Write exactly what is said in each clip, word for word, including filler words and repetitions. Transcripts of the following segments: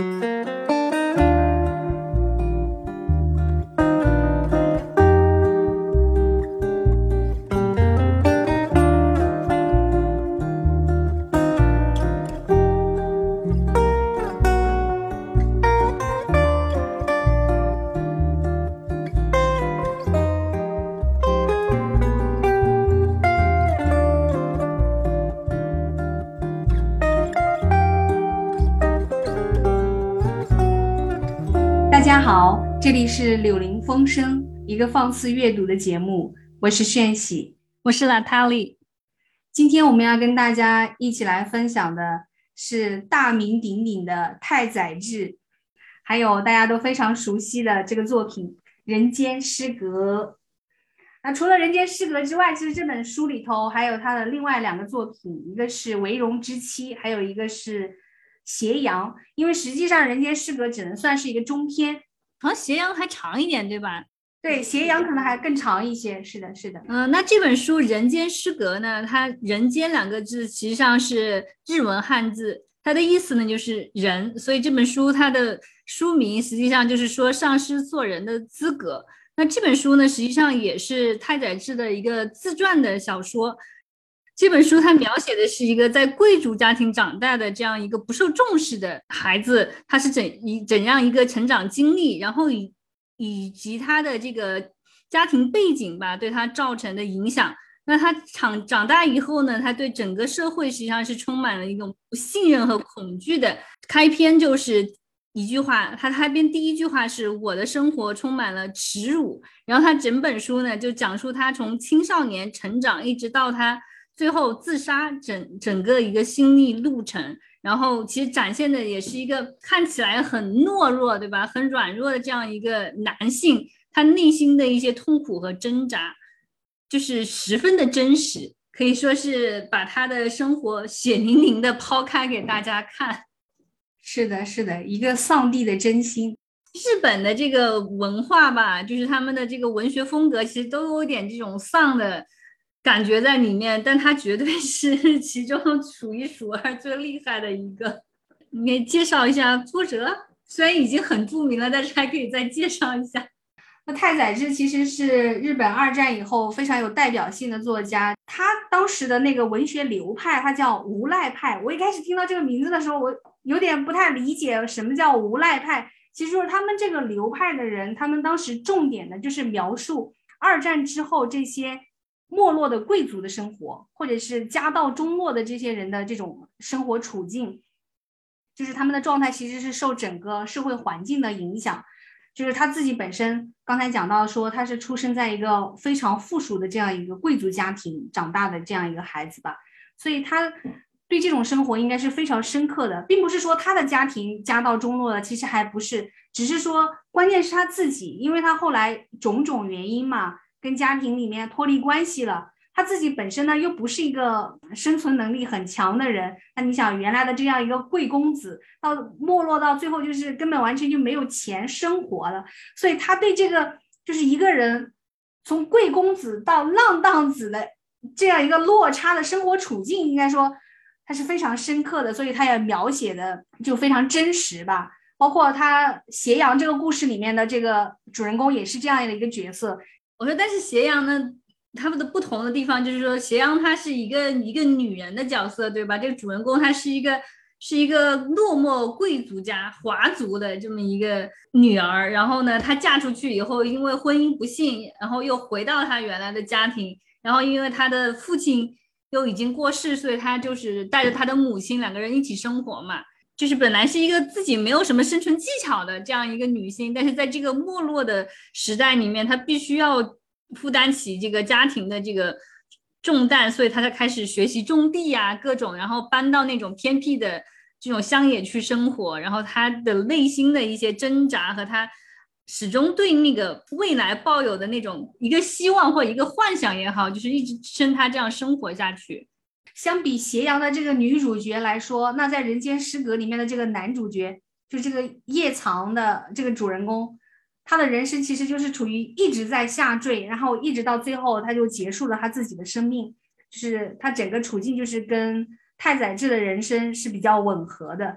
大家好，这里是柳林风声，一个放肆阅读的节目，我是炫喜， 我是娜塔莉。 今天我们要跟大家一起来分享的是大名鼎鼎的太宰治，还有大家都非常熟悉的这个作品《人间失格》。那除了《人间失格》之外，其实这本书里头还有他的另外两个作品，一个是《为戎之妻》，还有一个是《斜阳》。因为实际上《人间失格》只能算是一个中篇， 好像斜阳还长一点，对吧？ 对，斜阳可能还更长一些。是的，是的。 嗯、呃，那这本书《人间失格》呢，它“人间”两个字实际上是日文汉字，它的意思呢就是人，所以这本书它的书名实际上就是说丧失做人的资格。那这本书呢，实际上也是太宰治的一个自传的小说。这本书它描写的是一个在贵族家庭长大的这样一个不受重视的孩子，他是怎一怎样一个成长经历，然后以以及他的这个家庭背景吧对他造成的影响。那他长长大以后呢，他对整个社会实际上是充满了一种不信任和恐惧的。开篇就是一句话，他开篇第一句话是我的生活充满了耻辱，然后他整本书呢就讲述他从青少年成长一直到他最后自杀整整个一个心历路程，然后其实展现的也是一个看起来很懦弱，对吧？很软弱的这样一个男性，他内心的一些痛苦和挣扎，就是十分的真实，可以说是把他的生活血淋淋的抛开给大家看。 是的，是的，一个丧帝的真心。 日本的这个文化吧，就是他们的这个文学风格，其实都有点这种丧的感觉在里面，但他绝对是其中数一数二最厉害的一个。你可以介绍一下作者，虽然已经很著名了，但是还可以再介绍一下。 那太宰治其实是日本二战以后非常有代表性的作家，他当时的那个文学流派，他叫无赖派。我一开始听到这个名字的时候，我有点不太理解什么叫无赖派。其实就是他们这个流派的人，他们当时重点的就是描述二战之后这些没落的贵族的生活，或者是家道中落的这些人的这种生活处境，就是他们的状态其实是受整个社会环境的影响。就是他自己本身刚才讲到说他是出生在一个非常富庶的这样一个贵族家庭长大的这样一个孩子吧，所以他对这种生活应该是非常深刻的，并不是说他的家庭家道中落的，其实还不是，只是说关键是他自己，因为他后来种种原因嘛，跟家庭里面脱离关系了，他自己本身呢又不是一个生存能力很强的人，那你想原来的这样一个贵公子到没落到最后就是根本完全就没有钱生活了，所以他对这个就是一个人从贵公子到浪荡子的这样一个落差的生活处境，应该说他是非常深刻的，所以他也描写的就非常真实吧。包括他斜阳这个故事里面的这个主人公也是这样的一个角色。 我说但是斜阳呢他们的不同的地方就是说斜阳她是一个一个女人的角色，对吧？这个主人公她是一个是一个落寞贵族家华族的这么一个女儿，然后呢她嫁出去以后因为婚姻不幸，然后又回到她原来的家庭，然后因为她的父亲又已经过世，所以她就是带着她的母亲两个人一起生活嘛，就是本来是一个自己没有什么生存技巧的这样一个女性，但是在这个没落的时代里面她必须要负担起这个家庭的这个重担，所以他才开始学习种地啊各种，然后搬到那种偏僻的这种乡野去生活，然后他的内心的一些挣扎和他始终对那个未来抱有的那种一个希望或一个幻想也好，就是一直支撑他这样生活下去。 相比斜阳的这个女主角来说，那在人间失格里面的这个男主角，就这个叶藏的这个主人公，他的人生其实就是处于一直在下坠，然后一直到最后他就结束了他自己的生命，就是他整个处境就是跟太宰治的人生是比较吻合的。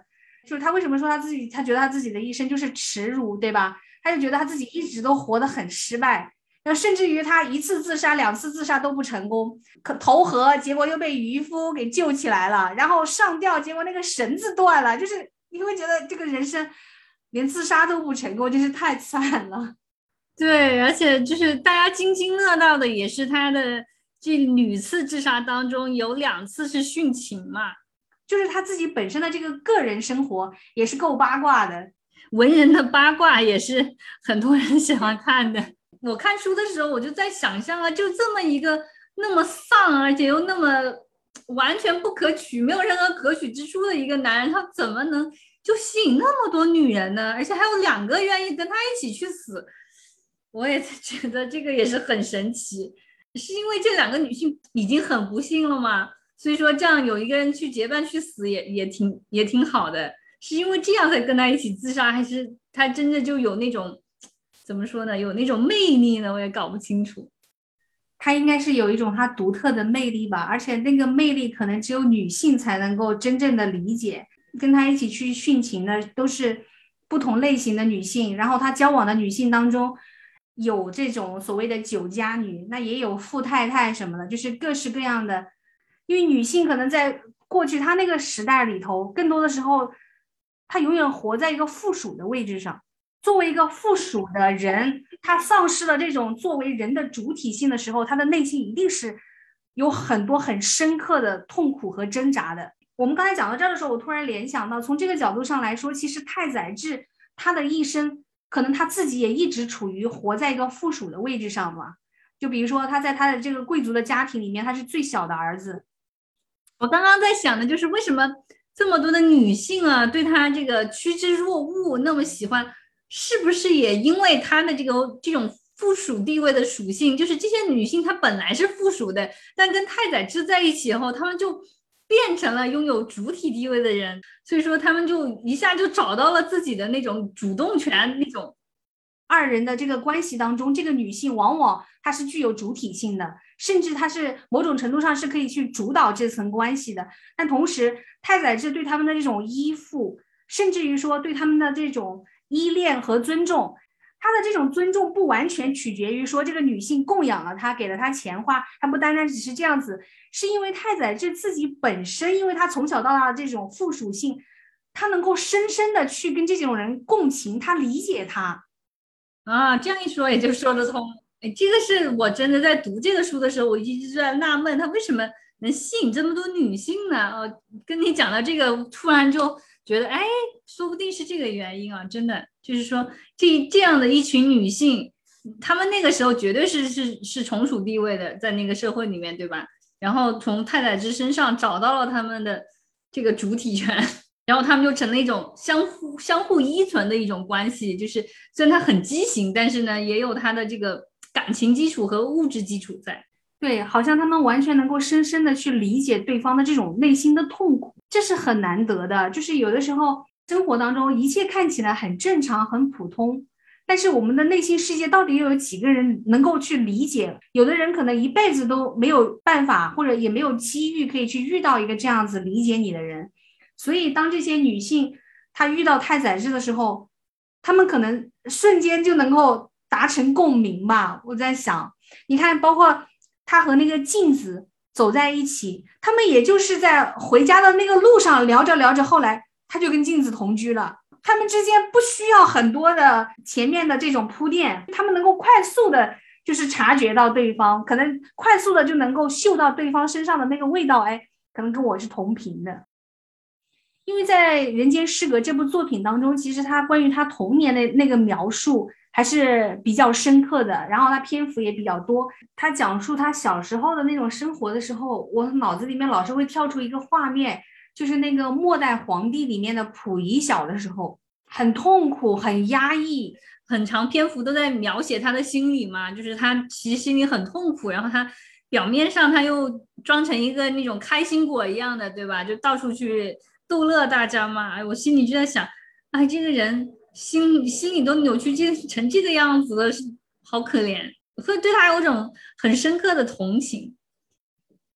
就是他为什么说他自己，他觉得他自己的一生就是耻辱，对吧？他就觉得他自己一直都活得很失败，然后甚至于他一次自杀、两次自杀都不成功，可投河结果又被渔夫给救起来了，然后上吊结果那个绳子断了，就是你会觉得这个人生连自杀都不成功，真是太惨了。 对，而且就是大家津津乐道的也是他的这屡次自杀当中有两次是殉情嘛， 就是他自己本身的这个个人生活也是够八卦的， 文人的八卦也是很多人喜欢看的。我看书的时候我就在想象啊，就这么一个那么丧而且又那么完全不可取，没有任何可取之处的一个男人，他怎么能就吸引那么多女人呢？而且还有两个愿意跟他一起去死，我也觉得这个也是很神奇。是因为这两个女性已经很不幸了吗？所以说这样有一个人去结伴去死也也挺也挺好的，是因为这样才跟他一起自杀，还是他真的就有那种怎么说呢，有那种魅力呢？我也搞不清楚。 他应该是有一种他独特的魅力吧，而且那个魅力可能只有女性才能够真正的理解。跟他一起去殉情的都是不同类型的女性，然后他交往的女性当中有这种所谓的酒家女，那也有富太太什么的，就是各式各样的。因为女性可能在过去她那个时代里头，更多的时候她永远活在一个附属的位置上，作为一个附属的人，她丧失了这种作为人的主体性的时候，她的内心一定是有很多很深刻的痛苦和挣扎的。我们刚才讲到这儿的时候，我突然联想到，从这个角度上来说，其实太宰治他的一生可能他自己也一直处于活在一个附属的位置上嘛。就比如说他在他的这个贵族的家庭里面，他是最小的儿子。 我刚刚在想的就是为什么这么多的女性啊对他这个趋之若鹜那么喜欢，是不是也因为他的这个这种附属地位的属性，就是这些女性她本来是附属的，但跟太宰治在一起后，她们就变成了拥有主体地位的人，所以说他们就一下就找到了自己的那种主动权，那种二人的这个关系当中，这个女性往往她是具有主体性的，甚至她是某种程度上是可以去主导这层关系的。但同时，太宰治对他们的这种依附，甚至于说对他们的这种依恋和尊重，他的这种尊重不完全取决于说这个女性供养了他，给了他钱花，他不单单只是这样子，是因为太宰治自己本身，因为他从小到大的这种附属性，他能够深深的去跟这种人共情，他理解他。 啊，这样一说也就说得通。哎，这个是我真的在读这个书的时候，我一直在纳闷，他为什么能吸引这么多女性呢？哦，跟你讲到这个，突然就觉得，哎，说不定是这个原因啊！真的，就是说这这样的一群女性，她们那个时候绝对是是是从属地位的，在那个社会里面，对吧？然后从太宰治身上找到了他们的这个主体权。然后他们就成了一种相互相互依存的一种关系，就是虽然它很畸形，但是呢，也有它的这个感情基础和物质基础在。 对，好像他们完全能够深深的去理解对方的这种内心的痛苦，这是很难得的。就是有的时候生活当中一切看起来很正常、很普通，但是我们的内心世界到底又有几个人能够去理解？有的人可能一辈子都没有办法，或者也没有机遇可以去遇到一个这样子理解你的人。所以当这些女性她遇到太宰治的时候，她们可能瞬间就能够达成共鸣吧。我在想，你看包括她和那个镜子走在一起，他们也就是在回家的那个路上聊着聊着，后来她就跟镜子同居了。他们之间不需要很多的前面的这种铺垫，他们能够快速的就是察觉到对方，可能快速的就能够嗅到对方身上的那个味道，哎，可能跟我是同频的。因为在《人间失格》这部作品当中，其实他关于他童年的那个描述还是比较深刻的，然后他篇幅也比较多。他讲述他小时候的那种生活的时候，我脑子里面老是会跳出一个画面，就是那个末代皇帝里面的溥仪小的时候，很痛苦，很压抑， 很长篇幅都在描写他的心理嘛，就是他其实心里很痛苦，然后他表面上他又装成一个那种开心果一样的，对吧？就到处去逗乐大家嘛。哎，我心里就在想，哎，这个人心心里都扭曲成这个样子了，好可怜，会对他有种很深刻的同情。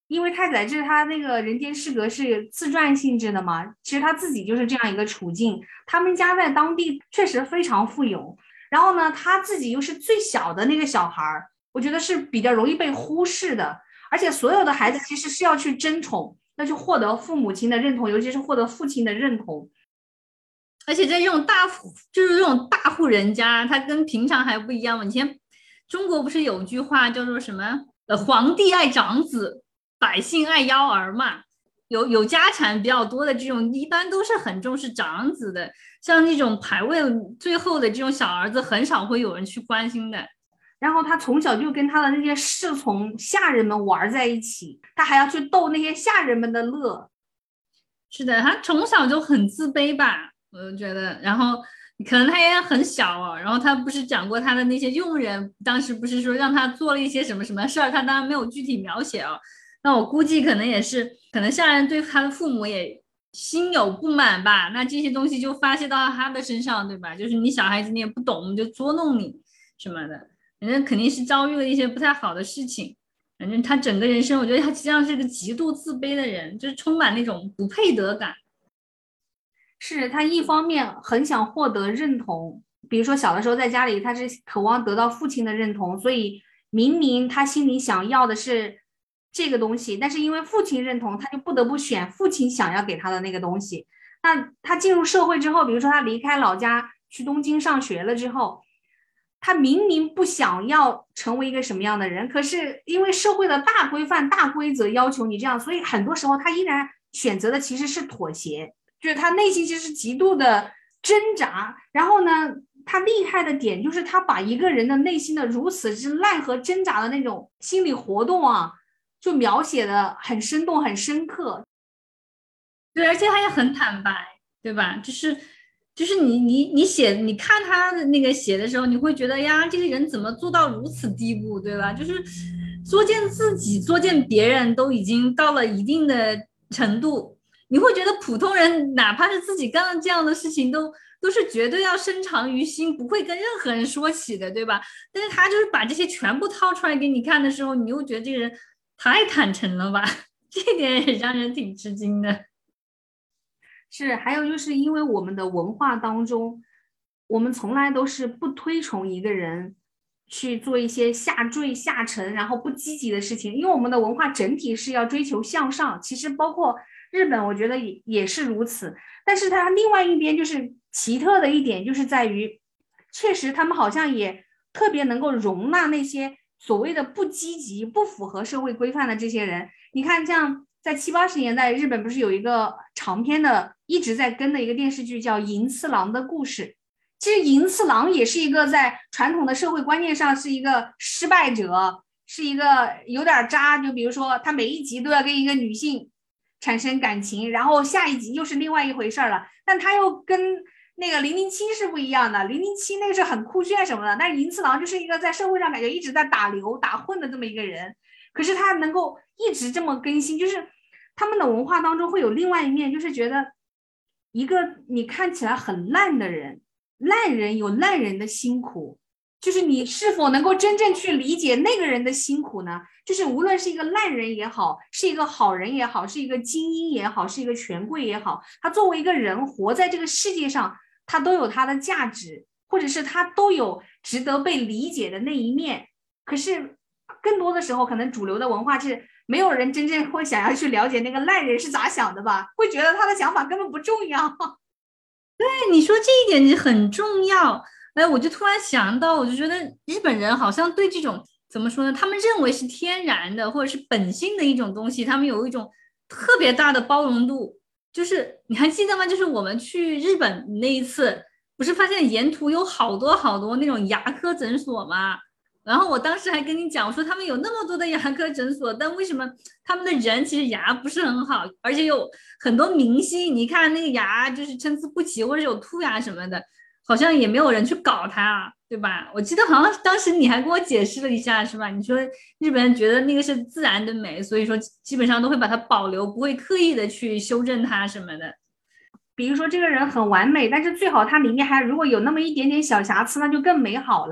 因为太宰治他那个人间失格是自传性质的嘛，其实他自己就是这样一个处境，他们家在当地确实非常富有，然后呢，他自己又是最小的那个小孩，我觉得是比较容易被忽视的，而且所有的孩子其实是要去争宠，要去获得父母亲的认同，尤其是获得父亲的认同。 而且在这种大户，就是这种大户人家，他跟平常还不一样嘛。以前中国不是有句话叫做什么？呃，皇帝爱长子，百姓爱幺儿嘛。有有家产比较多的这种，一般都是很重视长子的。像那种排位最后的这种小儿子，很少会有人去关心的。 然后他从小就跟他的那些侍从下人们玩在一起，他还要去逗那些下人们的乐。 是的，他从小就很自卑吧。我觉得，然后可能他也很小哦，然后他不是讲过他的那些佣人，当时不是说让他做了一些什么什么事儿，他当然没有具体描写哦。那我估计可能也是，可能下人对他的父母也心有不满吧，那这些东西就发泄到他的身上，对吧？就是你小孩子你也不懂，就捉弄你什么的，反正肯定是遭遇了一些不太好的事情。反正他整个人生，我觉得他实际上是个极度自卑的人，就是充满那种不配得感。 是他一方面很想获得认同，比如说小的时候在家里他是渴望得到父亲的认同，所以明明他心里想要的是这个东西，但是因为父亲认同，他就不得不选父亲想要给他的那个东西。那他进入社会之后，比如说他离开老家去东京上学了之后，他明明不想要成为一个什么样的人，可是因为社会的大规范大规则要求你这样，所以很多时候他依然选择的其实是妥协，就是他内心其实是极度的挣扎。然后呢，他厉害的点就是他把一个人的内心的如此之烂和挣扎的那种心理活动啊，就描写的很生动很深刻。 对，而且他也很坦白，对吧？就是就是你你你写，你看他的那个写的时候，你会觉得呀，这个人怎么做到如此地步，对吧？就是作践自己、作践别人都已经到了一定的程度，你会觉得普通人哪怕是自己干了这样的事情，都都是绝对要深藏于心，不会跟任何人说起的，对吧？但是他就是把这些全部掏出来给你看的时候，你又觉得这个人太坦诚了吧？这点也让人挺吃惊的。 是，还有就是因为我们的文化当中，我们从来都是不推崇一个人去做一些下坠下沉，然后不积极的事情，因为我们的文化整体是要追求向上。其实包括日本，我觉得也也是如此。但是它另外一边就是奇特的一点，就是在于，确实他们好像也特别能够容纳那些所谓的不积极、不符合社会规范的这些人。你看，像在七八十年代，日本不是有一个长篇的一直在跟的一个电视剧叫《银次郎的故事》。其实银次郎也是一个在传统的社会观念上是一个失败者，是一个有点渣。就比如说他每一集都要跟一个女性产生感情，然后下一集又是另外一回事了。但他又跟那个零零七是不一样的，零零七那个是很酷炫什么的，但是银次郎就是一个在社会上感觉一直在打流打混的这么一个人。可是他能够一直这么更新，就是他们的文化当中会有另外一面，就是觉得一个你看起来很烂的人，烂人有烂人的辛苦，就是你是否能够真正去理解那个人的辛苦呢？就是无论是一个烂人也好，是一个好人也好，是一个精英也好，是一个权贵也好，他作为一个人活在这个世界上，他都有他的价值，或者是他都有值得被理解的那一面。可是更多的时候，可能主流的文化是没有人真正会想要去了解那个烂人是咋想的吧，会觉得他的想法根本不重要。 对，你说这一点就很重要。哎，我就突然想到，我就觉得日本人好像对这种怎么说呢？他们认为是天然的或者是本性的一种东西，他们有一种特别大的包容度。就是你还记得吗？就是我们去日本那一次，不是发现沿途有好多好多那种牙科诊所吗？然后我当时还跟你讲，我说他们有那么多的牙科诊所，但为什么他们的人其实牙不是很好，而且有很多明星，你看那个牙就是参差不齐，或者有凸牙什么的，好像也没有人去搞它，对吧？我记得好像当时你还跟我解释了一下，是吧？你说日本人觉得那个是自然的美，所以说基本上都会把它保留，不会刻意的去修正它什么的。 比如说这个人很完美，但是最好他里面还如果有那么一点点小瑕疵，那就更美好了。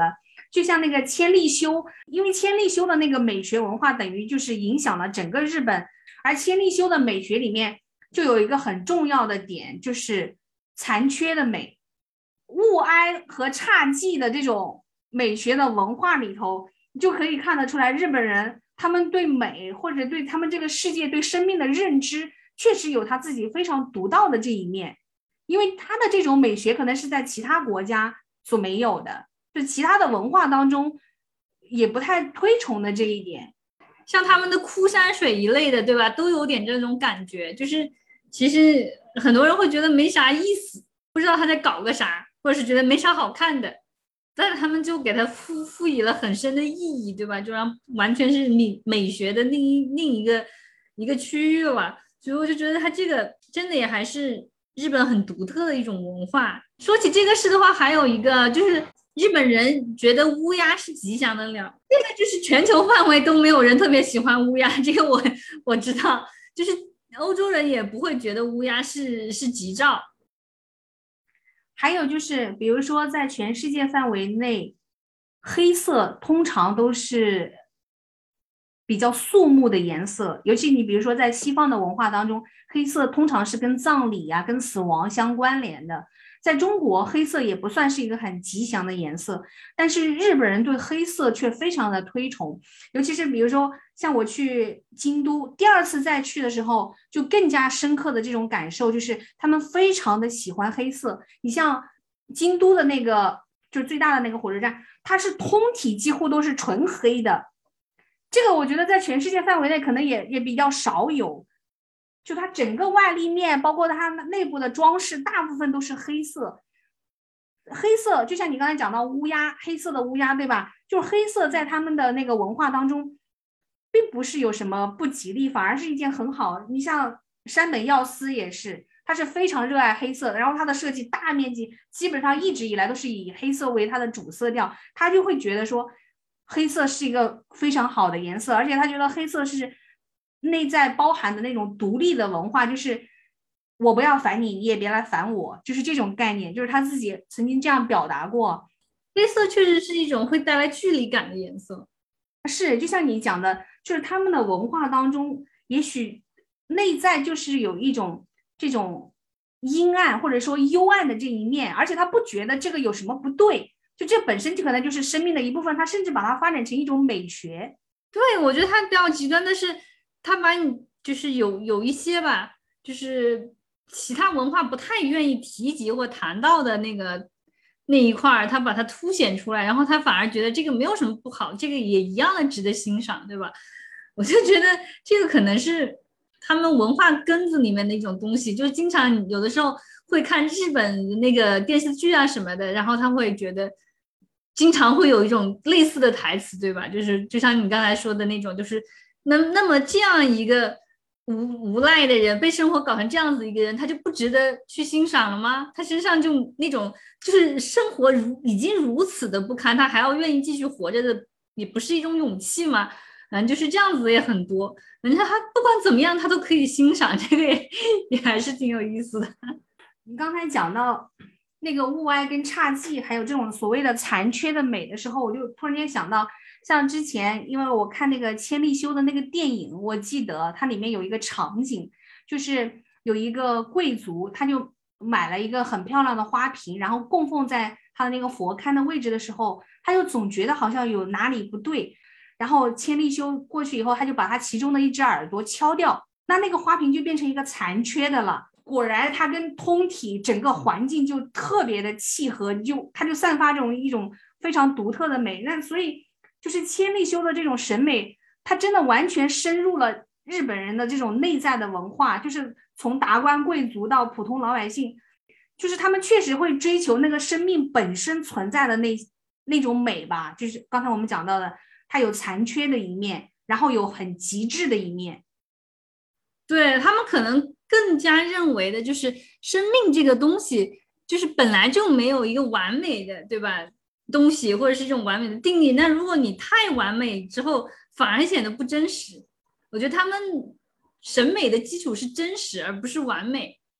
就像那个千利休，因为千利休的那个美学文化等于就是影响了整个日本，而千利休的美学里面就有一个很重要的点，就是残缺的美。物哀和侘寂的这种美学的文化里头，你就可以看得出来，日本人他们对美或者对他们这个世界对生命的认知确实有他自己非常独到的这一面，因为他的这种美学可能是在其他国家所没有的，就其他的文化当中也不太推崇的这一点。 像他们的枯山水一类的，对吧，都有点这种感觉，就是其实很多人会觉得没啥意思，不知道他在搞个啥，或者是觉得没啥好看的，但是他们就给他赋赋予了很深的意义，对吧？就让完全是美美学的另一另一个一个区域了。所以我就觉得他这个真的也还是日本很独特的一种文化。说起这个事的话，还有一个就是日本人觉得乌鸦是吉祥的鸟，这个就是全球范围都没有人特别喜欢乌鸦，这个我我知道，就是欧洲人也不会觉得乌鸦是是吉兆。 还有就是，比如说在全世界范围内，黑色通常都是比较肃穆的颜色，尤其你比如说在西方的文化当中，黑色通常是跟葬礼啊、跟死亡相关联的。在中国，黑色也不算是一个很吉祥的颜色，但是日本人对黑色却非常的推崇，尤其是比如说像我去京都，第二次再去的时候，就更加深刻的这种感受，就是他们非常的喜欢黑色。你像京都的那个就是最大的那个火车站，它是通体几乎都是纯黑的，这个我觉得在全世界范围内可能也也比较少有。就它整个外立面，包括它内部的装饰，大部分都是黑色。黑色就像你刚才讲到乌鸦，黑色的乌鸦，对吧？就是黑色在他们的那个文化当中，并不是有什么不吉利，反而是一件很好。你像山本耀司也是，他是非常热爱黑色的，然后他的设计大面积基本上一直以来都是以黑色为他的主色调，他就会觉得说黑色是一个非常好的颜色，而且他觉得黑色是内在包含的那种独立的文化，就是我不要烦你，你也别来烦我，就是这种概念，就是他自己曾经这样表达过。 黑色确实是一种会带来距离感的颜色。 是，就像你讲的，就是他们的文化当中，也许内在就是有一种这种阴暗或者说幽暗的这一面，而且他不觉得这个有什么不对，就这本身就可能就是生命的一部分，他甚至把它发展成一种美学。 对，我觉得他比较极端的是，他把你就是有有一些吧，就是其他文化不太愿意提及或谈到的那个那一块儿，他把它凸显出来，然后他反而觉得这个没有什么不好，这个也一样的值得欣赏，对吧？我就觉得这个可能是他们文化根子里面的一种东西，就是经常有的时候会看日本那个电视剧啊什么的，然后他会觉得经常会有一种类似的台词，对吧？就是就像你刚才说的那种，就是那那么这样一个无无赖的人，被生活搞成这样子一个人，他就不值得去欣赏了吗？他身上就那种就是生活如已经如此的不堪，他还要愿意继续活着的，也不是一种勇气吗？嗯，就是这样子也很多。人家他不管怎么样，他都可以欣赏，这个也也还是挺有意思的。 你刚才讲到那个物哀跟侘寂，还有这种所谓的残缺的美的时候，我就突然间想到，像之前因为我看那个千利休的那个电影，我记得它里面有一个场景，就是有一个贵族，他就买了一个很漂亮的花瓶，然后供奉在他的那个佛龛的位置的时候，他就总觉得好像有哪里不对。然后千利休过去以后，他就把他其中的一只耳朵敲掉，那那个花瓶就变成一个残缺的了。果然，它跟通体整个环境就特别的契合，就它就散发这种一种非常独特的美。那所以就是千利休的这种审美，它真的完全深入了日本人的这种内在的文化，就是从达官贵族到普通老百姓，就是他们确实会追求那个生命本身存在的那那种美吧。就是刚才我们讲到的。它有残缺的一面，然后有很极致的一面。 对，他们可能更加认为的就是生命这个东西就是本来就没有一个完美的，对吧，东西或者是这种完美的定义。那如果你太完美之后反而显得不真实。我觉得他们审美的基础是真实而不是完美。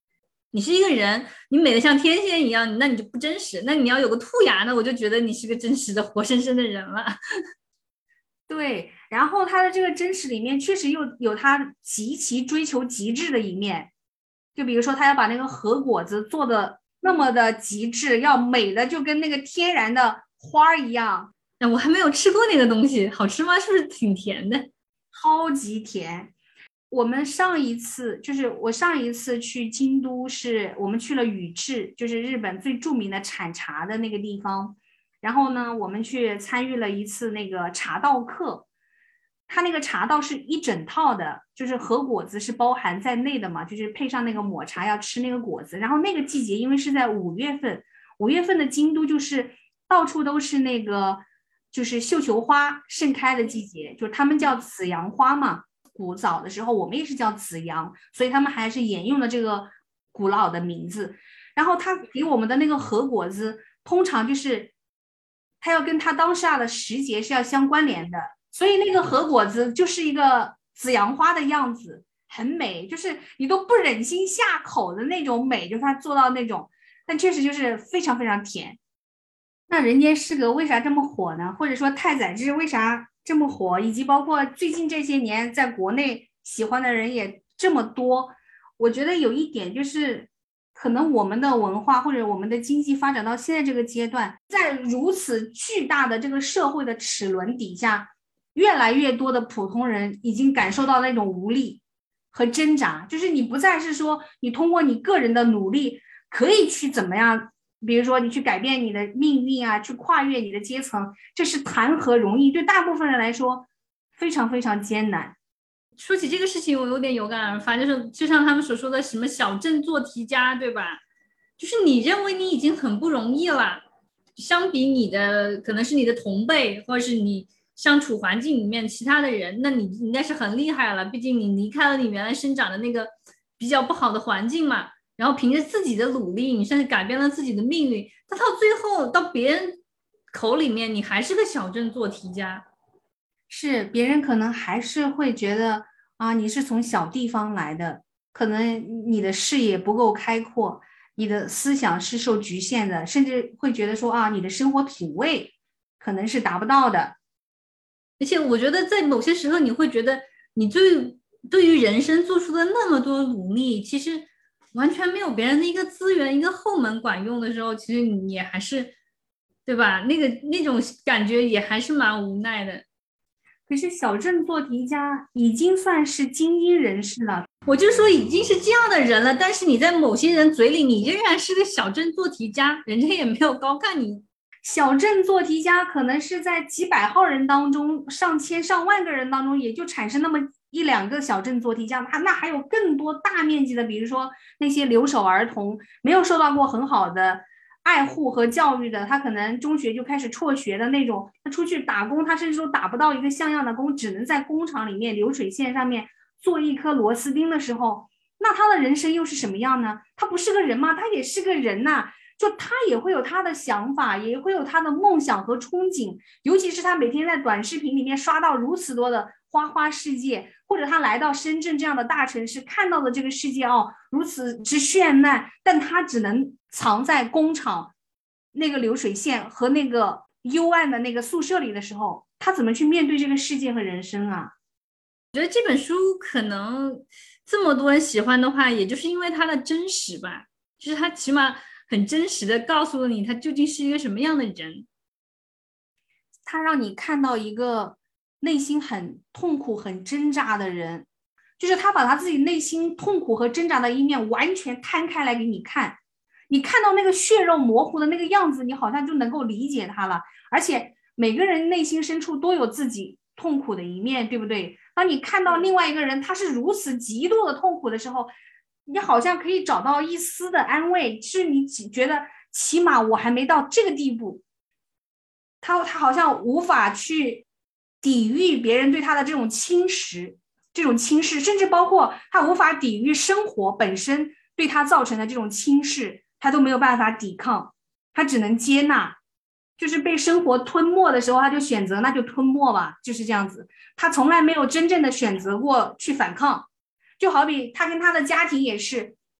你是一个人，你美得像天仙一样，那你就不真实。那你要有个兔牙呢，我就觉得你是个真实的活生生的人了。 对，然后他的这个真实里面确实又有他极其追求极致的一面，就比如说他要把那个核果子做的那么的极致，要美的就跟那个天然的花一样。 哎，我还没有吃过那个东西，好吃吗？是不是挺甜的？ 超级甜。我们上一次就是我上一次去京都是，我们去了宇治，就是日本最著名的产茶的那个地方。然后呢，我们去参与了一次那个茶道课。它那个茶道是一整套的，就是和果子是包含在内的嘛，就是配上那个抹茶要吃那个果子。然后那个季节因为是在五月份，五月份的京都就是到处都是那个就是绣球花盛开的季节，就是他们叫紫阳花嘛。古早的时候我们也是叫紫阳，所以他们还是沿用了这个古老的名字。然后他给我们的那个和果子通常就是他要跟他当下的时节是要相关联的，所以那个和果子就是一个紫阳花的样子，很美，就是你都不忍心下口的那种美，就是他做到那种，但确实就是非常非常甜。那人间失格为啥这么火呢？或者说太宰治为啥这么火，以及包括最近这些年在国内喜欢的人也这么多？我觉得有一点就是，可能我们的文化或者我们的经济发展到现在这个阶段，在如此巨大的这个社会的齿轮底下，越来越多的普通人已经感受到那种无力和挣扎，就是你不再是说你通过你个人的努力可以去怎么样，比如说你去改变你的命运啊，去跨越你的阶层，这是谈何容易？对大部分人来说，非常非常艰难。 说起这个事情，我有点有感而发，就是就像他们所说的什么小镇做题家，对吧？就是你认为你已经很不容易了，相比你的可能是你的同辈，或者是你相处环境里面其他的人，那你应该是很厉害了，毕竟你离开了你原来生长的那个比较不好的环境嘛，然后凭着自己的努力，你甚至改变了自己的命运，但到最后到别人口里面，你还是个小镇做题家。 是别人可能还是会觉得啊，你是从小地方来的，可能你的视野不够开阔，你的思想是受局限的，甚至会觉得说啊，你的生活品味可能是达不到的。 而且我觉得在某些时候，你会觉得你对对于人生做出的那么多努力，其实完全没有别人的一个资源、一个后门管用的时候，其实你也还是，对吧？那个那种感觉也还是蛮无奈的。 可是小镇做题家已经算是精英人士了。 我就说已经是这样的人了，但是你在某些人嘴里，你仍然是个小镇做题家，人家也没有高看你。 小镇做题家可能是在几百号人当中，上千上万个人当中，也就产生那么一两个小镇做题家，那还有更多大面积的，比如说那些留守儿童，没有受到过很好的爱护和教育的，他可能中学就开始辍学的那种，他出去打工，他甚至都打不到一个像样的工，只能在工厂里面流水线上面做一颗螺丝钉的时候，那他的人生又是什么样呢？他不是个人吗？他也是个人呐、啊，就他也会有他的想法，也会有他的梦想和憧憬，尤其是他每天在短视频里面刷到如此多的花花世界，或者他来到深圳这样的大城市，看到的这个世界哦如此之绚烂，但他只能藏在工厂那个流水线和那个幽暗的那个宿舍里的时候，他怎么去面对这个世界和人生啊？ 我觉得这本书可能这么多人喜欢的话，也就是因为它的真实吧，就是它起码很真实的告诉了你他究竟是一个什么样的人。 他让你看到一个内心很痛苦很挣扎的人，就是他把他自己内心痛苦和挣扎的一面完全摊开来给你看，你看到那个血肉模糊的那个样子，你好像就能够理解他了。而且每个人内心深处都有自己痛苦的一面，对不对？当你看到另外一个人他是如此极度的痛苦的时候，你好像可以找到一丝的安慰，就是你觉得起码我还没到这个地步，他他好像无法去抵御别人对他的这种侵蚀，这种轻视，甚至包括他无法抵御生活本身对他造成的这种轻视，他都没有办法抵抗，他只能接纳。就是被生活吞没的时候，他就选择那就吞没吧，就是这样子。他从来没有真正的选择过去反抗，就好比他跟他的家庭也是，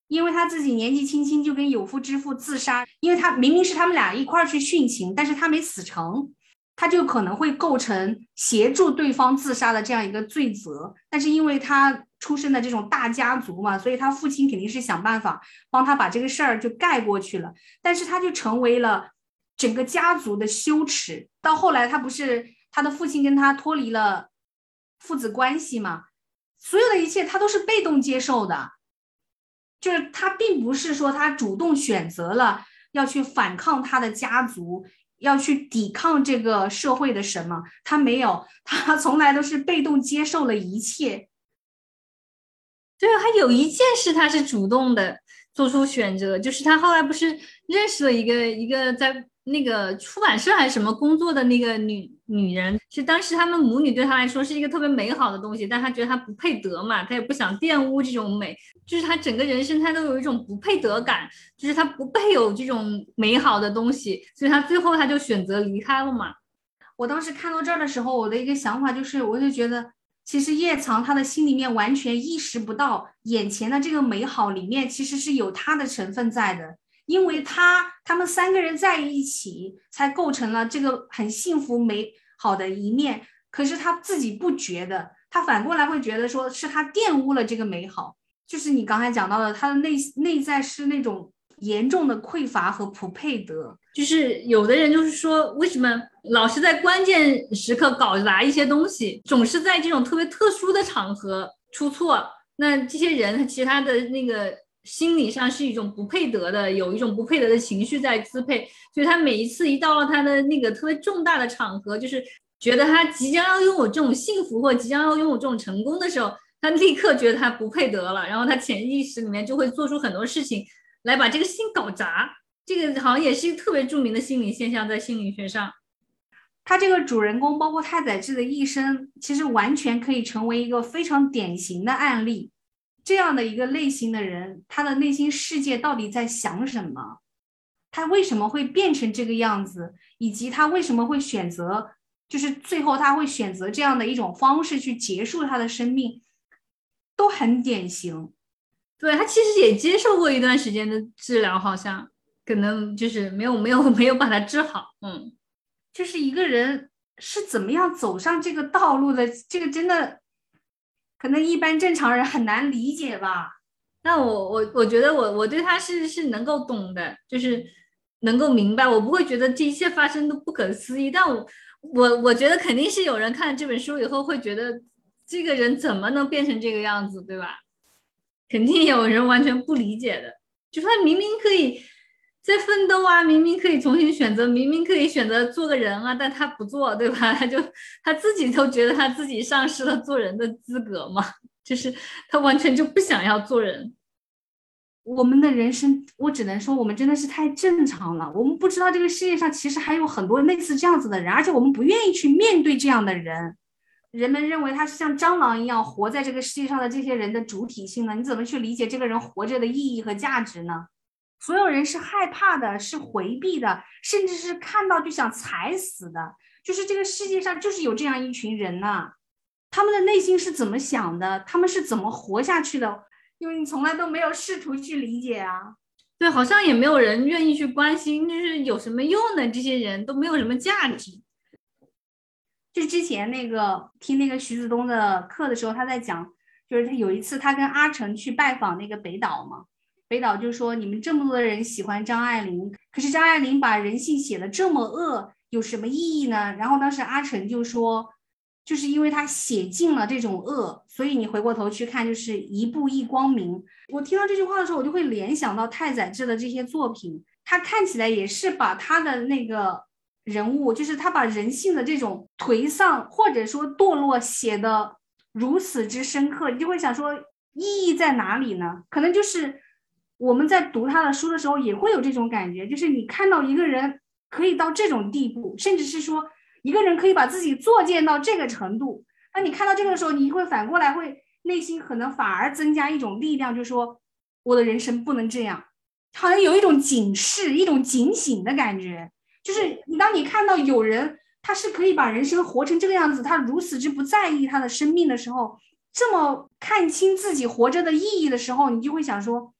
因为他自己年纪轻轻就跟有妇之夫自杀，因为他明明是他们俩一块儿去殉情，但是他没死成，他就可能会构成协助对方自杀的这样一个罪责。但是因为他出身的这种大家族嘛，所以他父亲肯定是想办法帮他把这个事儿就盖过去了，但是他就成为了整个家族的羞耻。到后来他不是他的父亲跟他脱离了父子关系嘛，所有的一切他都是被动接受的，就是他并不是说他主动选择了要去反抗他的家族，要去抵抗这个社会的什么，他没有，他从来都是被动接受了一切。 对，还有一件事他是主动的做出选择，就是他后来不是认识了一个一个在那个出版社还是什么工作的那个女女人，是当时他们母女对他来说是一个特别美好的东西，但他觉得他不配得嘛，他也不想玷污这种美，就是他整个人生他都有一种不配得感，就是他不配有这种美好的东西，所以他最后他就选择离开了嘛。 我当时看到这儿的时候，我的一个想法就是，我就觉得其实叶藏他的心里面完全意识不到眼前的这个美好里面其实是有他的成分在的，因为他他们三个人在一起才构成了这个很幸福美好的一面，可是他自己不觉得，他反过来会觉得说是他玷污了这个美好。就是你刚才讲到的，他的内内在是那种严重的匮乏和不配得。 就是有的人就是说，为什么老是在关键时刻搞砸一些东西，总是在这种特别特殊的场合出错？那这些人其实他的那个心理上是一种不配得的，有一种不配得的情绪在支配，所以他每一次一到了他的那个特别重大的场合，就是觉得他即将要拥有这种幸福或即将要拥有这种成功的时候，他立刻觉得他不配得了，然后他潜意识里面就会做出很多事情来把这个事情搞砸。这个好像也是一个特别著名的心理现象，在心理学上。 他这个主人公包括太宰治的一生，其实完全可以成为一个非常典型的案例。这样的一个类型的人，他的内心世界到底在想什么？他为什么会变成这个样子？以及他为什么会选择，就是最后他会选择这样的一种方式去结束他的生命，都很典型。 对，他其实也接受过一段时间的治疗，好像可能就是没有没有没有把他治好。嗯， 就是一个人是怎么样走上这个道路的，这个真的可能一般正常人很难理解吧。 那我我我觉得我我对他是是能够懂的，就是能够明白，我不会觉得这一切发生都不可思议，但我我我觉得肯定是有人看了这本书以后会觉得这个人怎么能变成这个样子，对吧？肯定有人完全不理解的，就是他明明可以在奋斗啊，明明可以重新选择，明明可以选择做个人啊，但他不做，对吧？他就他自己都觉得他自己丧失了做人的资格嘛，就是他完全就不想要做人。 我们的人生，我只能说我们真的是太正常了，我们不知道这个世界上其实还有很多类似这样子的人，而且我们不愿意去面对这样的人。人们认为他是像蟑螂一样活在这个世界上的这些人的主体性呢？你怎么去理解这个人活着的意义和价值呢？所有人是害怕的，是回避的，甚至是看到就想踩死的。就是这个世界上就是有这样一群人呢、啊，他们的内心是怎么想的？他们是怎么活下去的？因为你从来都没有试图去理解啊。 对，好像也没有人愿意去关心，就是有什么用呢？这些人都没有什么价值。 就之前那个听那个徐子东的课的时候，他在讲，就是他有一次他跟阿成去拜访那个北岛嘛，北岛就说你们这么多的人喜欢张爱玲，可是张爱玲把人性写得这么恶，有什么意义呢？然后当时阿成就说，就是因为他写尽了这种恶，所以你回过头去看，就是一步一光明。我听到这句话的时候，我就会联想到太宰治的这些作品，他看起来也是把他的那个人物，就是他把人性的这种颓丧或者说堕落写得如此之深刻，你就会想说意义在哪里呢？可能就是我们在读他的书的时候也会有这种感觉，就是你看到一个人可以到这种地步，甚至是说一个人可以把自己作践到这个程度，那你看到这个的时候，你会反过来会内心可能反而增加一种力量，就是说我的人生不能这样，好像有一种警示，一种警醒的感觉。就是你当你看到有人他是可以把人生活成这个样子，他如此之不在意他的生命的时候，这么看清自己活着的意义的时候，你就会想说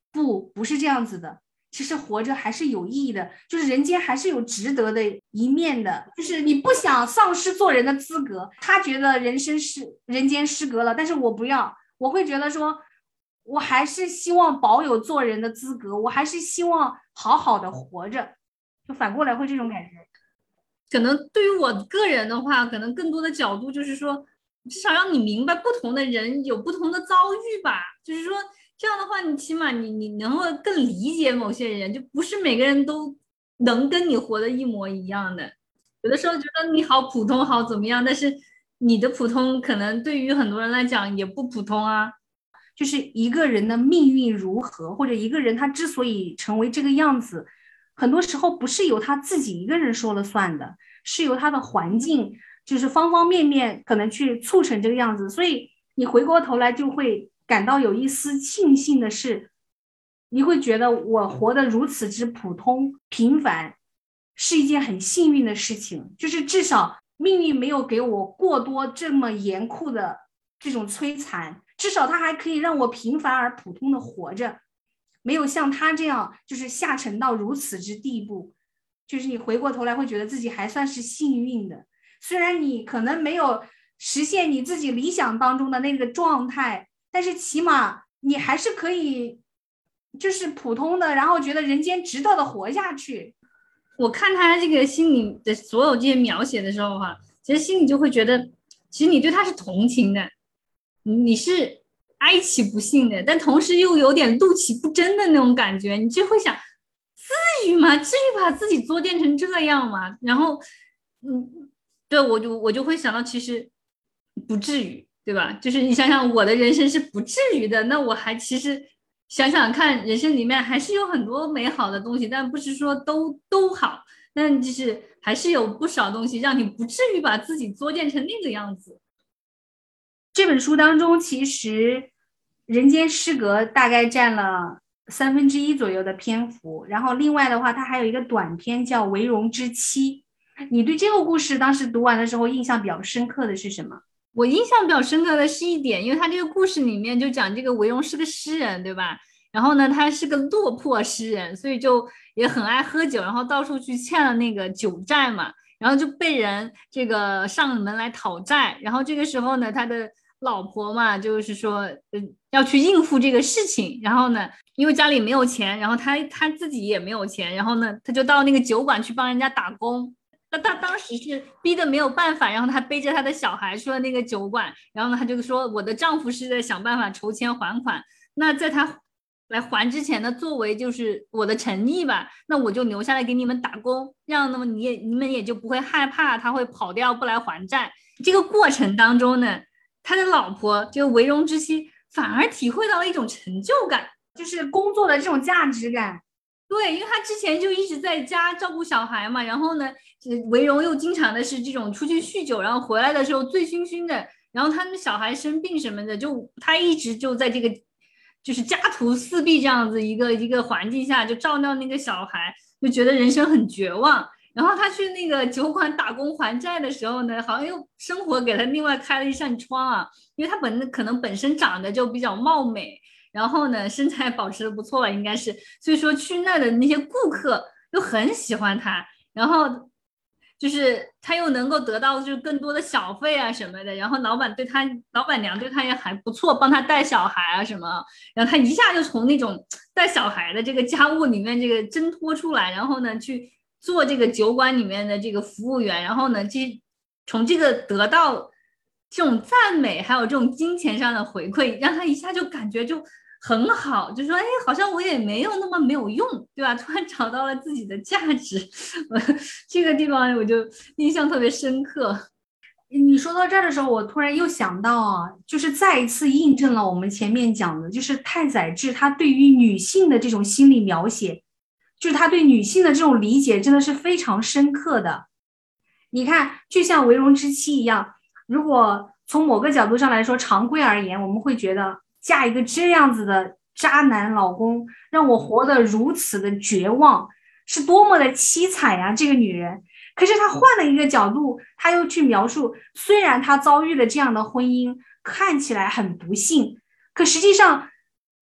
不，不是这样子的。其实活着还是有意义的，就是人间还是有值得的一面的，就是你不想丧失做人的资格。他觉得人生是人间失格了，但是我不要，我会觉得说我还是希望保有做人的资格，我还是希望好好的活着，就反过来会这种感觉。 可能对于我个人的话，可能更多的角度就是说，至少让你明白不同的人有不同的遭遇吧，就是说这样的话，你起码你你能够更理解某些人，就不是每个人都能跟你活得一模一样的。有的时候觉得你好普通，好怎么样，但是你的普通可能对于很多人来讲也不普通啊。 就是一个人的命运如何，或者一个人他之所以成为这个样子，很多时候不是由他自己一个人说了算的，是由他的环境，就是方方面面可能去促成这个样子。所以你回过头来就会感到有一丝庆幸的是，你会觉得我活得如此之普通平凡，是一件很幸运的事情，就是至少命运没有给我过多这么严酷的这种摧残，至少他还可以让我平凡而普通的活着，没有像他这样就是下沉到如此之地步。就是你回过头来会觉得自己还算是幸运的，虽然你可能没有实现你自己理想当中的那个状态，但是起码你还是可以就是普通的，然后觉得人间值得的活下去。 我看他这个心里的所有这些描写的时候哈、啊，其实心里就会觉得，其实你对他是同情的，你是哀其不幸的，但同时又有点怒其不争的那种感觉，你就会想，至于吗？至于把自己作践成这样吗？然后，嗯，对，我就我就会想到，其实不至于，对吧？就是你想想，我的人生是不至于的，那我还其实想想看，人生里面还是有很多美好的东西，但不是说都都好，但就是还是有不少东西让你不至于把自己作践成那个样子。 这本书当中，其实人间失格大概占了三分之一左右的篇幅，然后另外的话，它还有一个短篇叫《为荣之妻》。你对这个故事当时读完的时候，印象比较深刻的是什么？ 我印象比较深刻的是一点，因为他这个故事里面就讲这个韦荣是个诗人，对吧？然后呢，他是个落魄诗人，所以就也很爱喝酒，然后到处去欠了那个酒债嘛，然后就被人这个上门来讨债。然后这个时候呢，他的老婆嘛，就是说，嗯，要去应付这个事情。然后呢，因为家里没有钱，然后他他自己也没有钱，然后呢，他就到那个酒馆去帮人家打工。那他当时是逼得没有办法，然后他背着他的小孩去了那个酒馆，然后呢，他就说我的丈夫是在想办法筹钱还款，那在他来还之前呢，作为就是我的诚意吧，那我就留下来给你们打工，这样那么你也你们也就不会害怕他会跑掉不来还债。这个过程当中呢，他的老婆这个为荣之妻反而体会到了一种成就感， 就是工作的这种价值感。 对，因为他之前就一直在家照顾小孩嘛，然后呢，为荣又经常的是这种出去酗酒，然后回来的时候醉醺醺的，然后他们小孩生病什么的，就他一直就在这个就是家徒四壁这样子一个一个环境下，就照料那个小孩，就觉得人生很绝望。然后他去那个酒馆打工还债的时候呢，好像又生活给他另外开了一扇窗啊，因为他本可能本身长得就比较貌美。然后呢，身材保持的不错了，应该是，所以说去那的那些顾客又很喜欢他，然后就是他又能够得到就是更多的小费啊什么的，然后老板对他，老板娘对他也还不错，帮他带小孩啊什么，然后他一下就从那种带小孩的这个家务里面这个挣脱出来，然后呢去做这个酒馆里面的这个服务员，然后呢去从这个得到这种赞美，还有这种金钱上的回馈，让他一下就感觉就很好，就说哎，好像我也没有那么没有用，对吧？突然找到了自己的价值，这个地方我就印象特别深刻。 你说到这儿的时候，我突然又想到啊，就是再一次印证了我们前面讲的，就是太宰治他对于女性的这种心理描写，就是他对女性的这种理解真的是非常深刻的。你看，就像为荣之妻一样，如果从某个角度上来说，常规而言，我们会觉得嫁一个这样子的渣男老公，让我活得如此的绝望，是多么的凄惨呀，这个女人。可是她换了一个角度，她又去描述，虽然她遭遇了这样的婚姻，看起来很不幸，可实际上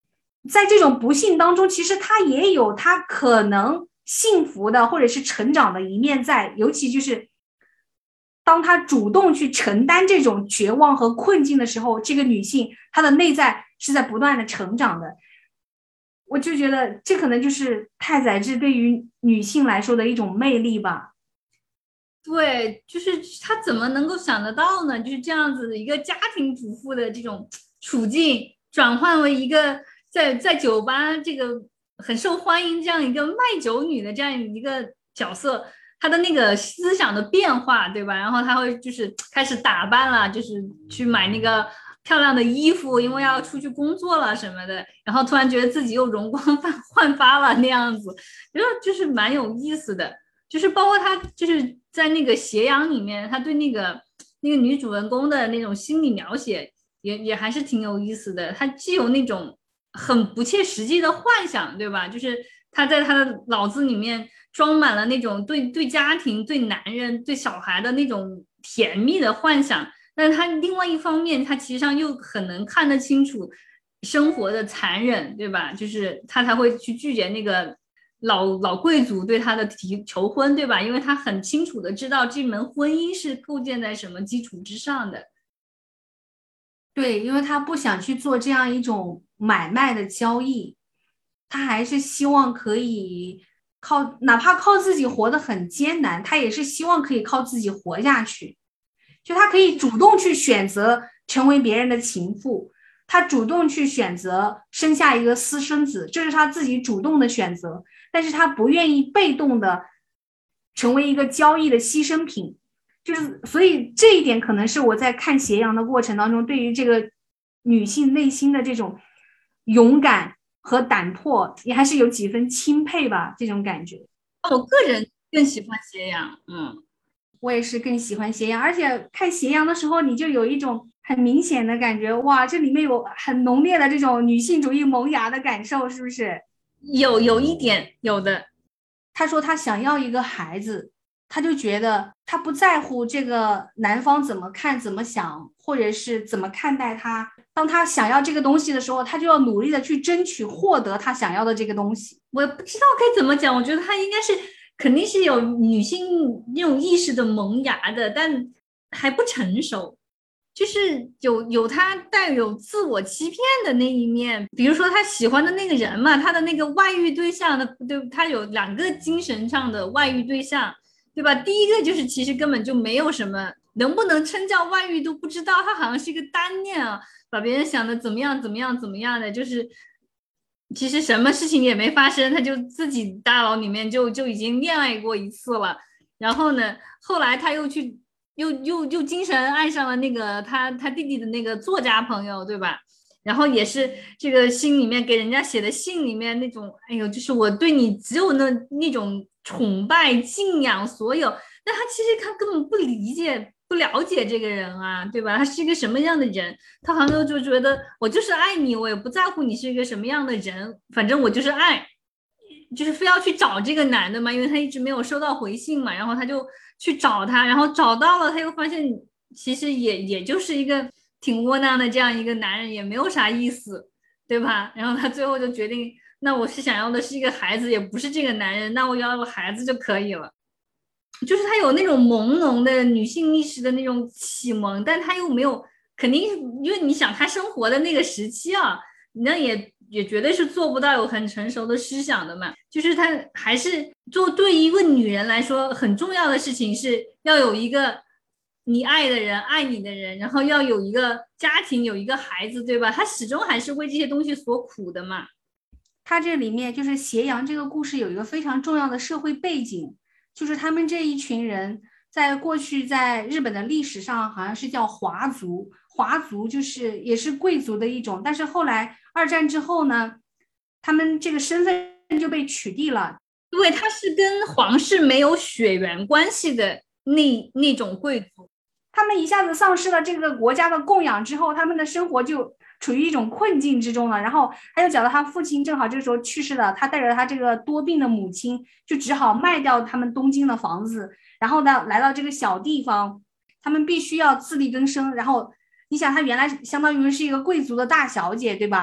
在这种不幸当中，其实他也有他可能幸福的或者是成长的一面在，尤其就是当他主动去承担这种绝望和困境的时候，这个女性她的内在是在不断的成长的。我就觉得这可能就是太宰治对于女性来说的一种魅力吧。 对，就是他怎么能够想得到呢？就是这样子一个家庭主妇的这种处境，转换为一个在在酒吧这个很受欢迎这样一个卖酒女的这样一个角色，她的那个思想的变化，对吧？然后她会就是开始打扮了，就是去买那个漂亮的衣服，因为要出去工作了什么的，然后突然觉得自己又容光焕发了那样子，觉得就是蛮有意思的。就是包括他就是在那个斜阳里面，他对那个那个女主人公的那种心理描写也也还是挺有意思的。他既有那种很不切实际的幻想，对吧？就是他在他的脑子里面装满了那种对对家庭、对男人、对小孩的那种甜蜜的幻想，但是他另外一方面，他其实上又很能看得清楚生活的残忍，对吧？就是他才会去拒绝那个老老贵族对他的提求婚，对吧？因为他很清楚的知道这门婚姻是构建在什么基础之上的。 对，因为他不想去做这样一种买卖的交易，他还是希望可以靠，哪怕靠自己活得很艰难，他也是希望可以靠自己活下去。就他可以主动去选择成为别人的情妇，他主动去选择生下一个私生子，这是他自己主动的选择，但是他不愿意被动的成为一个交易的牺牲品。就是所以这一点可能是我在看斜阳的过程当中，对于这个女性内心的这种勇敢和胆魄，也还是有几分钦佩吧，这种感觉。 我个人更喜欢斜阳，嗯。 我也是更喜欢斜阳，而且看斜阳的时候，你就有一种很明显的感觉，哇，这里面有很浓烈的这种女性主义萌芽的感受，是不是？ 有有一点有的。 他说他想要一个孩子，他就觉得他不在乎这个男方怎么看、怎么想，或者是怎么看待他。当他想要这个东西的时候，他就要努力的去争取获得他想要的这个东西。 我也不知道该怎么讲，我觉得他应该是肯定是有女性那种意识的萌芽的，但还不成熟，就是有有他带有自我欺骗的那一面。比如说他喜欢的那个人嘛，他的那个外遇对象的，对，他有两个精神上的外遇对象，对吧？第一个就是其实根本就没有什么，能不能称叫外遇都不知道，他好像是一个单恋啊，把别人想的怎么样怎么样怎么样的，就是其实什么事情也没发生，他就自己大脑里面就就已经恋爱过一次了。然后呢，后来他又去又又又精神爱上了那个他他弟弟的那个作家朋友，对吧？然后也是这个心里面给人家写的信里面那种，哎呦，就是我对你只有那那种崇拜敬仰所有，但他其实他根本不理解不了解这个人啊，对吧？他是一个什么样的人？他好像就觉得我就是爱你，我也不在乎你是一个什么样的人，反正我就是爱，就是非要去找这个男的嘛，因为他一直没有收到回信嘛，然后他就去找他，然后找到了，他又发现其实也也就是一个挺窝囊的这样一个男人，也没有啥意思，对吧？然后他最后就决定，那我是想要的是一个孩子，也不是这个男人，那我要个孩子就可以了。就是他有那种朦胧的女性意识的那种启蒙，但他又没有，肯定因为你想他生活的那个时期啊，那也也绝对是做不到有很成熟的思想的嘛。就是他还是做对一个女人来说很重要的事情是要有一个你爱的人，爱你的人，然后要有一个家庭，有一个孩子，对吧？他始终还是为这些东西所苦的嘛。 他这里面就是斜阳这个故事有一个非常重要的社会背景。就是他们这一群人在过去在日本的历史上好像是叫华族，华族就是也是贵族的一种，但是后来二战之后呢，他们这个身份就被取缔了。 对，他是跟皇室没有血缘关系的那那种贵族， 他们一下子丧失了这个国家的供养之后，他们的生活就处于一种困境之中了。然后他又讲到他父亲正好这个时候去世了，他带着他这个多病的母亲就只好卖掉他们东京的房子，然后呢来到这个小地方，他们必须要自力更生。然后你想他原来相当于是一个贵族的大小姐，对吧？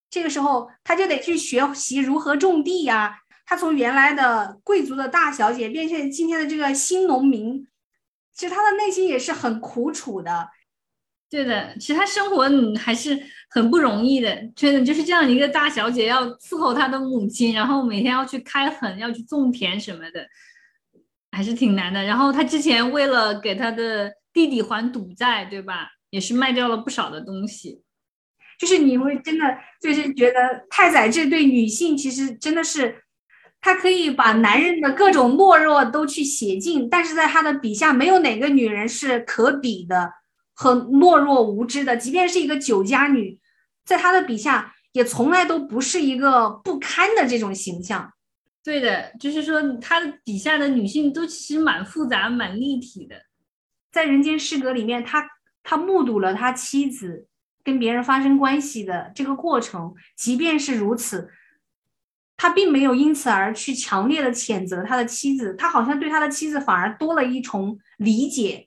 这个时候他就得去学习如何种地呀。他从原来的贵族的大小姐变成今天的这个新农民，其实他的内心也是很苦楚的。 对的，其实他生活还是很不容易的，真的就是这样一个大小姐要伺候她的母亲，然后每天要去开垦，要去种田什么的，还是挺难的。然后他之前为了给他的弟弟还赌债，对吧？也是卖掉了不少的东西。 就是你会真的就是觉得太宰治对女性其实真的是，他可以把男人的各种懦弱都去写尽，但是在他的笔下没有哪个女人是可比的和懦弱无知的，即便是一个酒家女，在他的笔下也从来都不是一个不堪的这种形象。 对的，就是说他的笔下的女性都其实蛮复杂蛮立体的。 在人间失格里面，他他目睹了他妻子跟别人发生关系的这个过程，即便是如此，他并没有因此而去强烈的谴责他的妻子，他好像对他的妻子反而多了一重理解，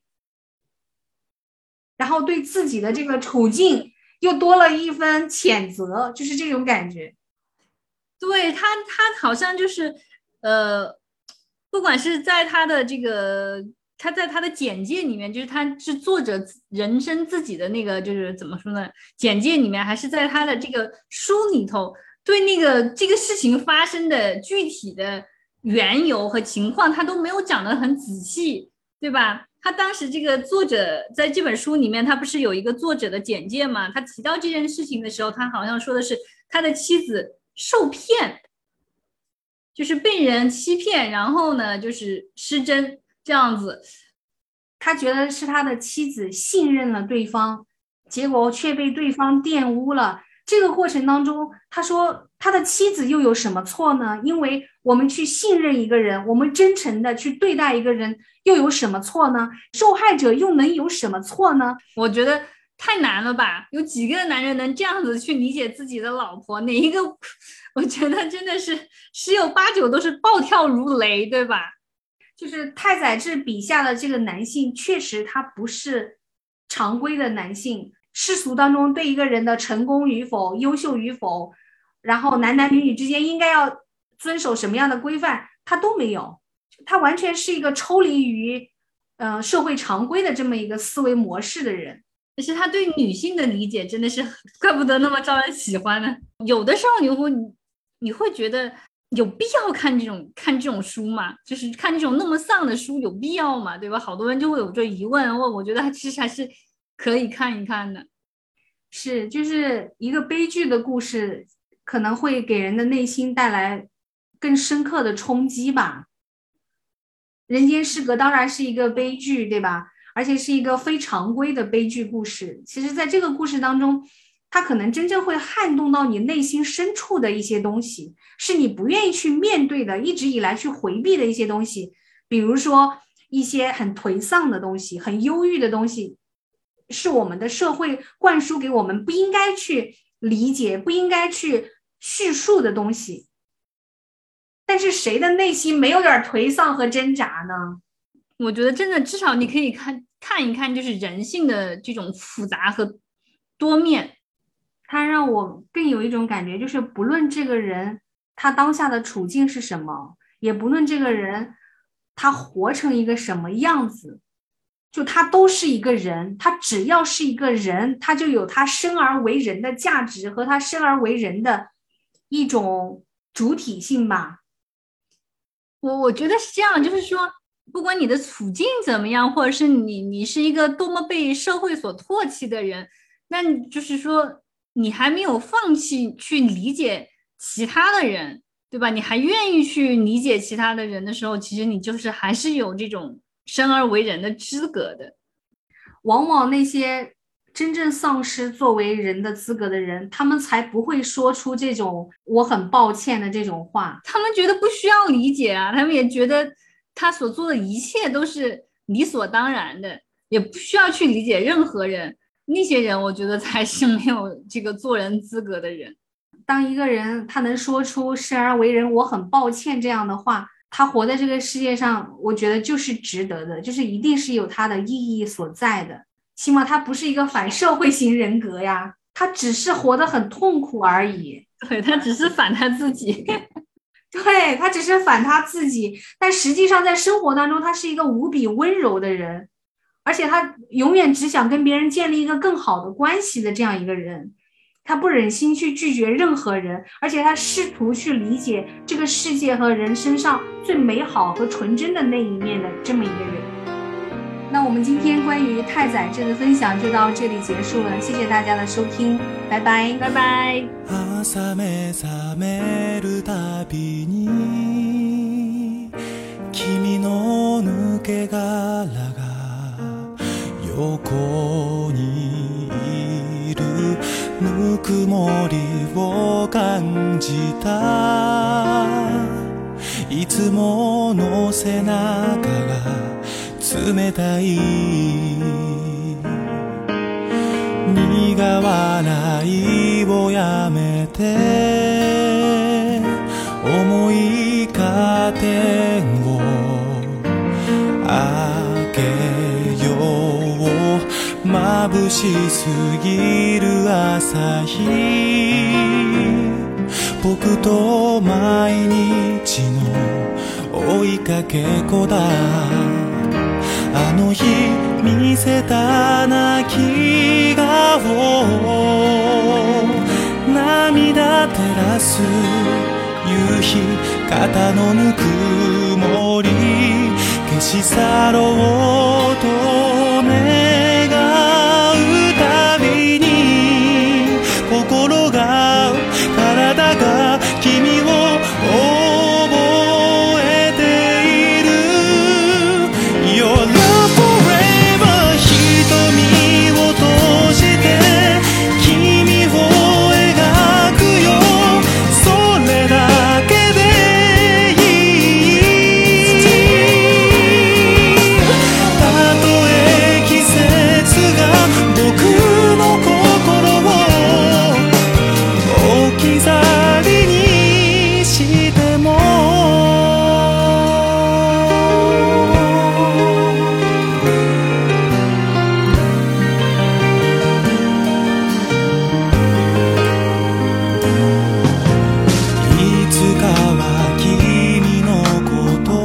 然后对自己的这个处境又多了一分谴责，就是这种感觉。 对他，他好像就是，呃，不管是在他的这个，他在他的简介里面，就是他是作者人生自己的那个，就是怎么说呢，简介里面，还是在他的这个书里头，对那个这个事情发生的具体的缘由和情况，他都没有讲得很仔细，对吧？他当时这个作者在这本书里面，他不是有一个作者的简介嘛？他提到这件事情的时候，他好像说的是他的妻子受骗，就是被人欺骗，然后呢就是失真这样子。 他觉得是他的妻子信任了对方，结果却被对方玷污了。这个过程当中，他说他的妻子又有什么错呢？因为我们去信任一个人，我们真诚的去对待一个人，又有什么错呢？受害者又能有什么错呢？ 我觉得太难了吧？有几个男人能这样子去理解自己的老婆？哪一个？我觉得真的是十有八九都是暴跳如雷，对吧？ 就是太宰治笔下的这个男性，确实他不是常规的男性。世俗当中对一个人的成功与否、优秀与否，然后男男女女之间应该要遵守什么样的规范，他都没有。他完全是一个抽离于呃社会常规的这么一个思维模式的人。 但是他对女性的理解真的是怪不得那么招人喜欢呢。有的时候你会你会觉得有必要看这种看这种书吗？就是看这种那么丧的书有必要吗？对吧？好多人就会有这疑问。我我觉得他其实还是可以看一看的。 是，就是一个悲剧的故事，可能会给人的内心带来更深刻的冲击吧。人间失格当然是一个悲剧，对吧？而且是一个非常规的悲剧故事。其实在这个故事当中，它可能真正会撼动到你内心深处的一些东西，是你不愿意去面对的，一直以来去回避的一些东西。比如说一些很颓丧的东西，很忧郁的东西，是我们的社会灌输给我们不应该去理解、不应该去叙述的东西。但是谁的内心没有点颓丧和挣扎呢？ 我觉得真的，至少你可以看看一看，就是人性的这种复杂和多面。 它让我更有一种感觉，就是不论这个人他当下的处境是什么，也不论这个人他活成一个什么样子，就他都是一个人。他只要是一个人，他就有他生而为人的价值和他生而为人的一种主体性吧。 我我觉得是这样，就是说，不管你的处境怎么样，或者是你你是一个多么被社会所唾弃的人，那就是说你还没有放弃去理解其他的人，对吧？你还愿意去理解其他的人的时候，其实你就是还是有这种生而为人的资格的。 往往那些真正丧失作为人的资格的人，他们才不会说出这种我很抱歉的这种话。 他们觉得不需要理解啊，他们也觉得他所做的一切都是理所当然的，也不需要去理解任何人。那些人我觉得才是没有这个做人资格的人。 当一个人他能说出生而为人我很抱歉这样的话，他活在这个世界上，我觉得就是值得的，就是一定是有他的意义所在的。起码他不是一个反社会型人格呀。 他只是活得很痛苦而已。 对，他只是反他自己。 对，他只是反他自己，但实际上在生活当中，他是一个无比温柔的人，而且他永远只想跟别人建立一个更好的关系的这样一个人。他不忍心去拒绝任何人，而且他试图去理解这个世界和人身上最美好和纯真的那一面的这么一个人。那我们今天关于太宰治的分享就到这里结束了，谢谢大家的收听，拜拜， 拜拜。 朝目覚めるたびに君の抜け殻が横にいるぬくもりを感じた。いつもの背中が冷たい。苦笑いをやめて重いカーテンを開けよう。眩しすぎる朝日、僕と毎日の追いかけっこだ。あの日見せた泣き顔、涙照らす夕日、肩のぬくもり消し去ろうと願うたびに、心が体が君を覚えている。Your love forever 瞳を閉じて君を描くよ。それだけでいい。たとえ季節が僕の心を置き去りにしても、いつかは君のこと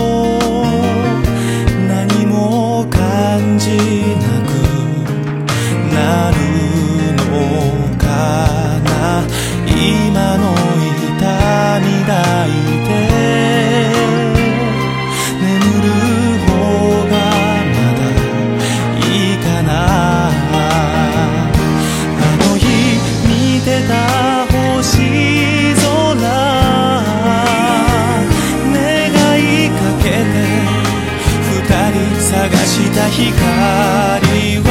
何も感じなくなるのかな。今の痛み抱いて眠る方がまだいいかな。あの日見てた星空、願いかけて二人探した光を